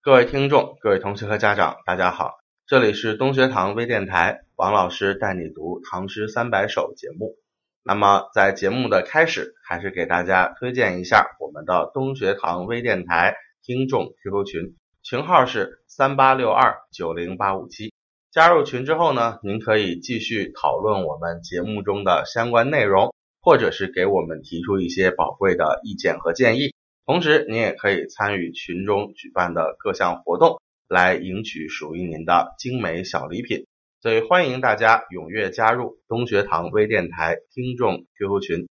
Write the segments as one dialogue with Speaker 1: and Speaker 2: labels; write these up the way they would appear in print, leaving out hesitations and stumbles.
Speaker 1: 各位听众、各位同学和家长，大家好，这里是东学堂微电台，王老师带你读唐诗300首节目。那么在节目的开始，还是给大家推荐一下我们的东学堂微电台听众 QQ 群，群号是3862-90857。加入群之后呢，您可以继续讨论我们节目中的相关内容，或者是给我们提出一些宝贵的意见和建议。同时您也可以参与群中举办的各项活动，来赢取属于您的精美小礼品。所以欢迎大家踊跃加入东学堂微电台听众 QQ 群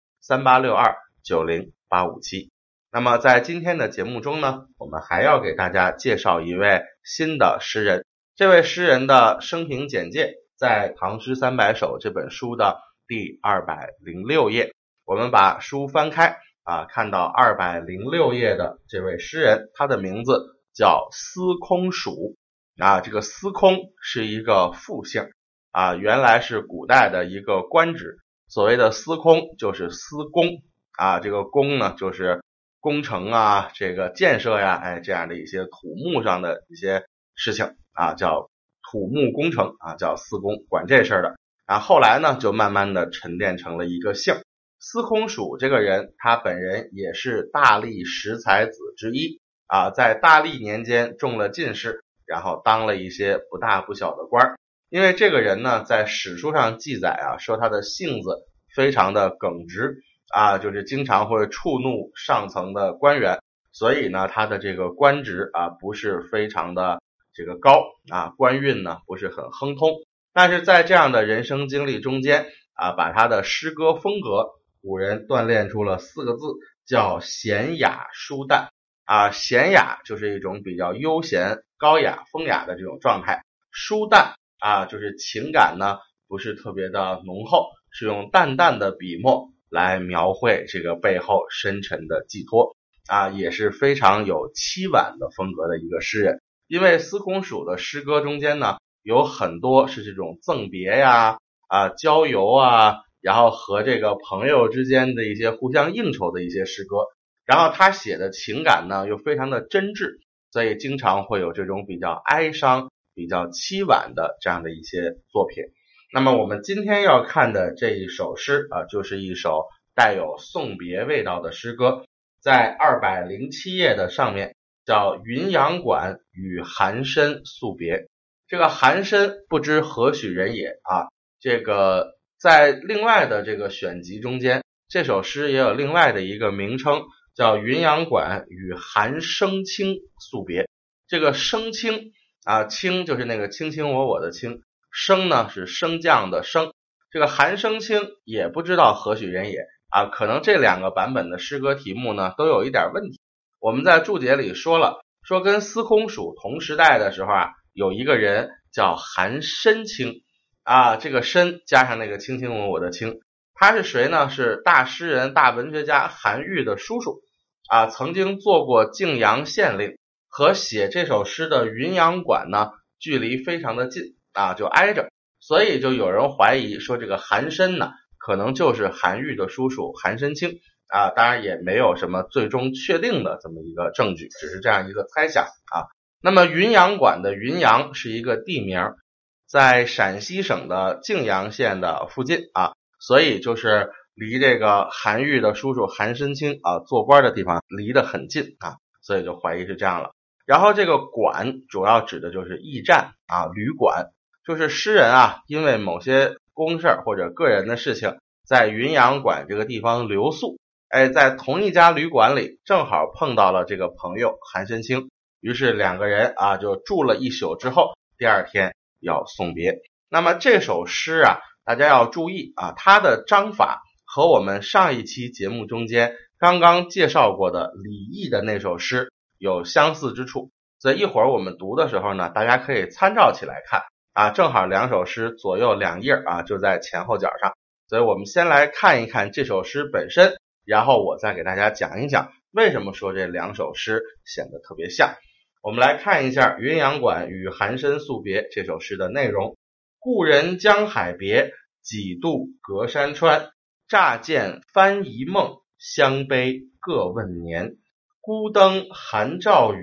Speaker 1: 3862-90857。那么在今天的节目中呢，我们还要给大家介绍一位新的诗人。这位诗人的生平简介在《唐诗300首》这本书的第206页。我们把书翻开看到206页的这位诗人，他的名字叫司空曙。这个司空是一个复姓原来是古代的一个官职。所谓的司空就是司工这个工呢就是工程这个建设这样的一些土木上的一些事情叫土木工程叫司工，管这事儿的。后来呢就慢慢的沉淀成了一个姓。司空曙这个人，他本人也是大历10才子之一在大历年间中了进士，然后当了一些不大不小的官。因为这个人呢，在史书上记载说他的性子非常的耿直就是经常会触怒上层的官员，所以呢他的这个官职不是非常的这个高官运呢不是很亨通。但是在这样的人生经历中间把他的诗歌风格，古人锻炼出了4个字，叫闲雅舒淡闲雅就是一种比较悠闲高雅风雅的这种状态，舒淡就是情感呢不是特别的浓厚，是用淡淡的笔墨来描绘这个背后深沉的寄托也是非常有凄婉的风格的一个诗人。因为司空曙的诗歌中间呢有很多是这种赠别郊游然后和这个朋友之间的一些互相应酬的一些诗歌，然后他写的情感呢又非常的真挚，所以经常会有这种比较哀伤比较凄婉的这样的一些作品。那么我们今天要看的这一首诗就是一首带有送别味道的诗歌，在207页的上面，叫云阳馆与寒参宿别。这个寒参不知何许人也这个在另外的这个选集中间，这首诗也有另外的一个名称，叫云阳馆与寒生卿宿别。这个生卿卿就是那个卿卿我我的卿，升呢是升降的升。这个寒生卿也不知道何许人也可能这2个版本的诗歌题目呢都有一点问题。我们在注解里说了，说跟司空曙同时代的时候有一个人叫寒参卿这个参加上那个卿卿我我的卿，他是谁呢？是大诗人大文学家韩愈的叔叔曾经做过泾阳县令，和写这首诗的云阳馆呢距离非常的近就挨着，所以就有人怀疑说这个寒参呢可能就是韩愈的叔叔寒参卿当然也没有什么最终确定的这么一个证据，只是这样一个猜想那么云阳馆的云阳是一个地名，在陕西省的泾阳县的附近所以就是离这个韩愈的叔叔寒参卿做官的地方离得很近所以就怀疑是这样了。然后这个馆主要指的就是驿站旅馆，就是诗人因为某些公事或者个人的事情在云阳馆这个地方留宿，在同一家旅馆里正好碰到了这个朋友寒参卿，于是2个人就住了1宿之后，第2天要送别。那么这首诗大家要注意它的章法和我们上一期节目中间刚刚介绍过的李益的那首诗有相似之处，所以一会儿我们读的时候呢，大家可以参照起来看正好2首诗左右2页就在前后脚上。所以我们先来看一看这首诗本身，然后我再给大家讲一讲为什么说这2首诗显得特别像。我们来看一下云阳馆与寒参宿别这首诗的内容。故人江海别，几度隔山川，乍见翻疑梦，相悲各问年。孤灯寒照雨，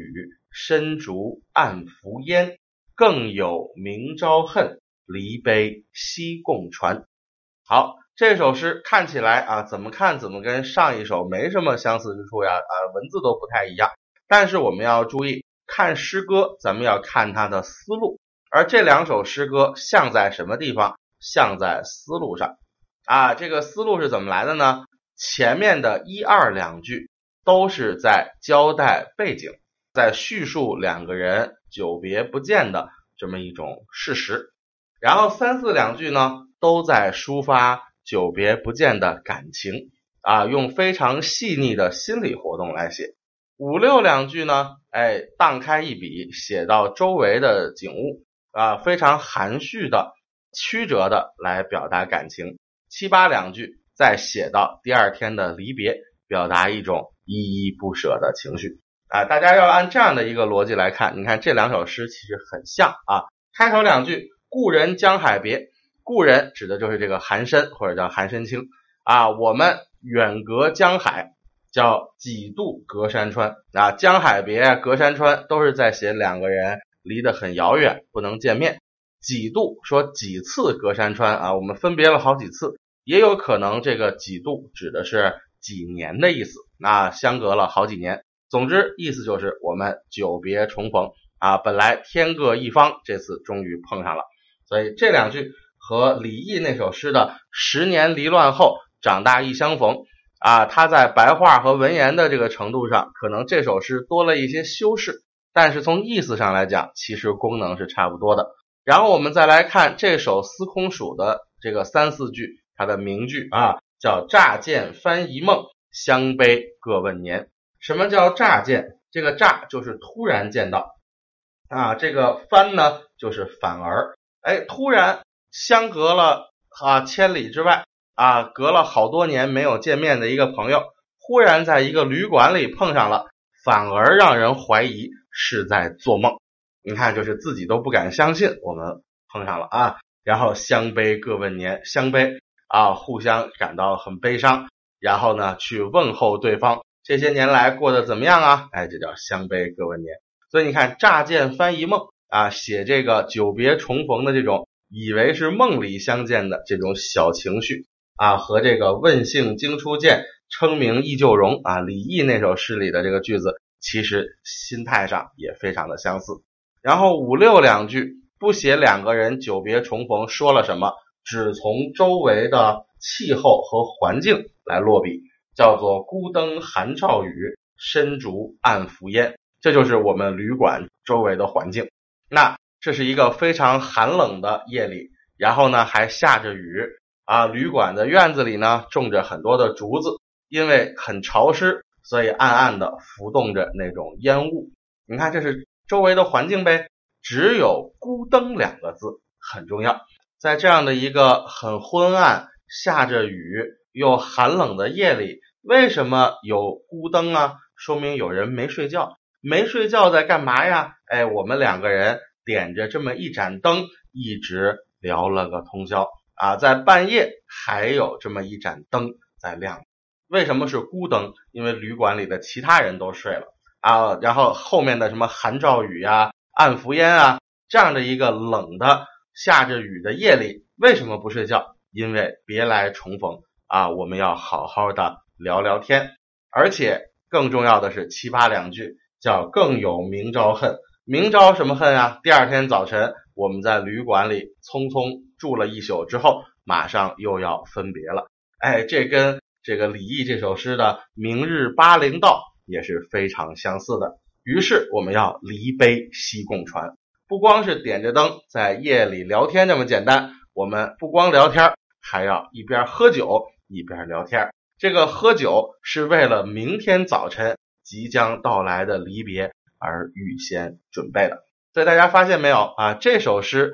Speaker 1: 深竹暗伏烟，更有明朝恨，离悲西共传。好，这首诗看起来怎么看怎么跟上一首没什么相似之处呀，文字都不太一样。但是我们要注意，看诗歌咱们要看它的思路，而这两首诗歌像在什么地方？像在思路上。这个思路是怎么来的呢？前面的1、2两句都是在交代背景，在叙述两个人久别不见的这么一种事实。然后3、4两句呢，都在抒发久别不见的感情用非常细腻的心理活动来写。5、6两句呢，荡开一笔，写到周围的景物非常含蓄的、曲折的来表达感情。7、8两句再写到第二天的离别，表达一种依依不舍的情绪大家要按这样的一个逻辑来看，你看这两首诗其实很像开头两句故人江海别，故人指的就是这个韩申或者叫韩申卿我们远隔江海，叫几度隔山川江海别、隔山川都是在写两个人离得很遥远，不能见面。几度说几次隔山川我们分别了好几次，也有可能这个几度指的是几年的意思相隔了好几年。总之意思就是我们久别重逢本来天各一方，这次终于碰上了。所以这两句和李益那首诗的10年离乱后长大亦相逢它在白话和文言的这个程度上，可能这首诗多了一些修饰，但是从意思上来讲，其实功能是差不多的。然后我们再来看这首司空曙的这个3、4句，它的名句叫乍见翻疑梦，相悲各问年。什么叫乍见？这个乍就是突然见到这个翻呢就是反而突然相隔了千里之外隔了好多年没有见面的一个朋友，忽然在一个旅馆里碰上了，反而让人怀疑是在做梦。你看，就是自己都不敢相信我们碰上了然后相悲各问年，相悲互相感到很悲伤，然后呢去问候对方这些年来过得怎么样这叫相悲各问年。所以你看，乍见翻疑梦写这个久别重逢的这种以为是梦里相见的这种小情绪和这个问姓经初见，称名忆旧容李益那首诗里的这个句子，其实心态上也非常的相似。然后5、6两句不写两个人久别重逢说了什么，只从周围的气候和环境来落笔，叫做孤灯寒照雨，深竹暗伏烟。这就是我们旅馆周围的环境。那这是一个非常寒冷的夜里，然后呢还下着雨旅馆的院子里呢种着很多的竹子，因为很潮湿，所以暗暗的浮动着那种烟雾。你看，这是周围的环境呗，只有孤灯2个字很重要。在这样的一个很昏暗、下着雨又寒冷的夜里，为什么有孤灯说明有人没睡觉。没睡觉在干嘛呀？我们两个人点着这么一盏灯，一直聊了个通宵在半夜还有这么一盏灯在亮。为什么是孤灯？因为旅馆里的其他人都睡了然后后面的什么寒照雨暗伏烟这样的一个冷的下着雨的夜里，为什么不睡觉？因为别来重逢我们要好好的聊聊天。而且更重要的是7、8两句叫更有明朝恨。明朝什么恨第二天早晨我们在旅馆里匆匆住了一宿之后，马上又要分别了。这跟这个李益这首诗的明日巴陵道也是非常相似的。于是我们要离悲西共传，不光是点着灯在夜里聊天这么简单，我们不光聊天，还要一边喝酒一边聊天。这个喝酒是为了明天早晨即将到来的离别而预先准备的。所以大家发现没有这首诗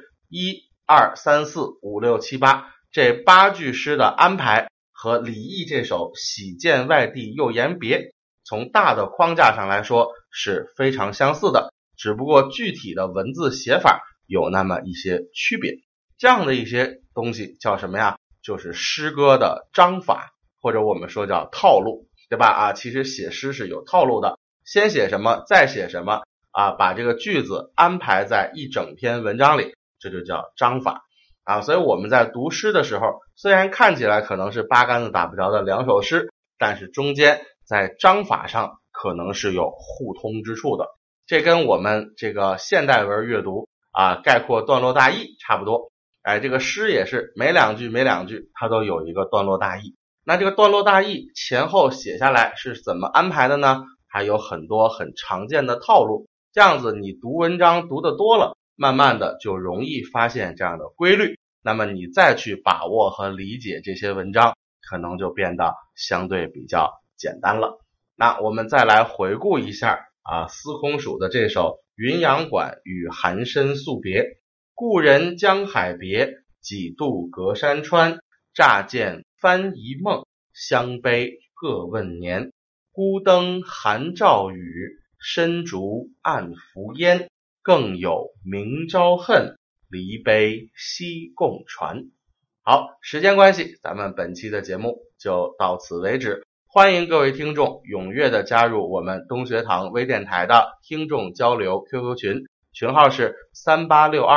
Speaker 1: 1、2、3、4、5、6、7、8这8句诗的安排和李益这首喜见外地又言别，从大的框架上来说是非常相似的，只不过具体的文字写法有那么一些区别。这样的一些东西叫什么呀？就是诗歌的章法，或者我们说叫套路，对吧其实写诗是有套路的，先写什么再写什么把这个句子安排在一整篇文章里，这就叫章法所以我们在读诗的时候，虽然看起来可能是八竿子打不着的两首诗，但是中间在章法上可能是有互通之处的。这跟我们这个现代文阅读概括段落大意差不多。这个诗也是每两句它都有一个段落大意。那这个段落大意前后写下来是怎么安排的呢？还有很多很常见的套路，这样子你读文章读得多了，慢慢的就容易发现这样的规律，那么你再去把握和理解这些文章，可能就变得相对比较简单了。那我们再来回顾一下司空曙的这首《云阳馆与寒申宿别》。故人江海别，几度隔山川。乍见翻疑梦，相悲各问年。孤灯寒照雨，深竹暗伏烟。更有明朝恨，离悲西共传。好，时间关系，咱们本期的节目就到此为止。欢迎各位听众踊跃的加入我们东学堂微电台的听众交流 QQ 群，群号是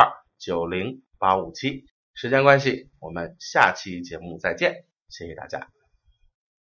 Speaker 1: 3862908557。时间关系，我们下期节目再见，谢谢大家。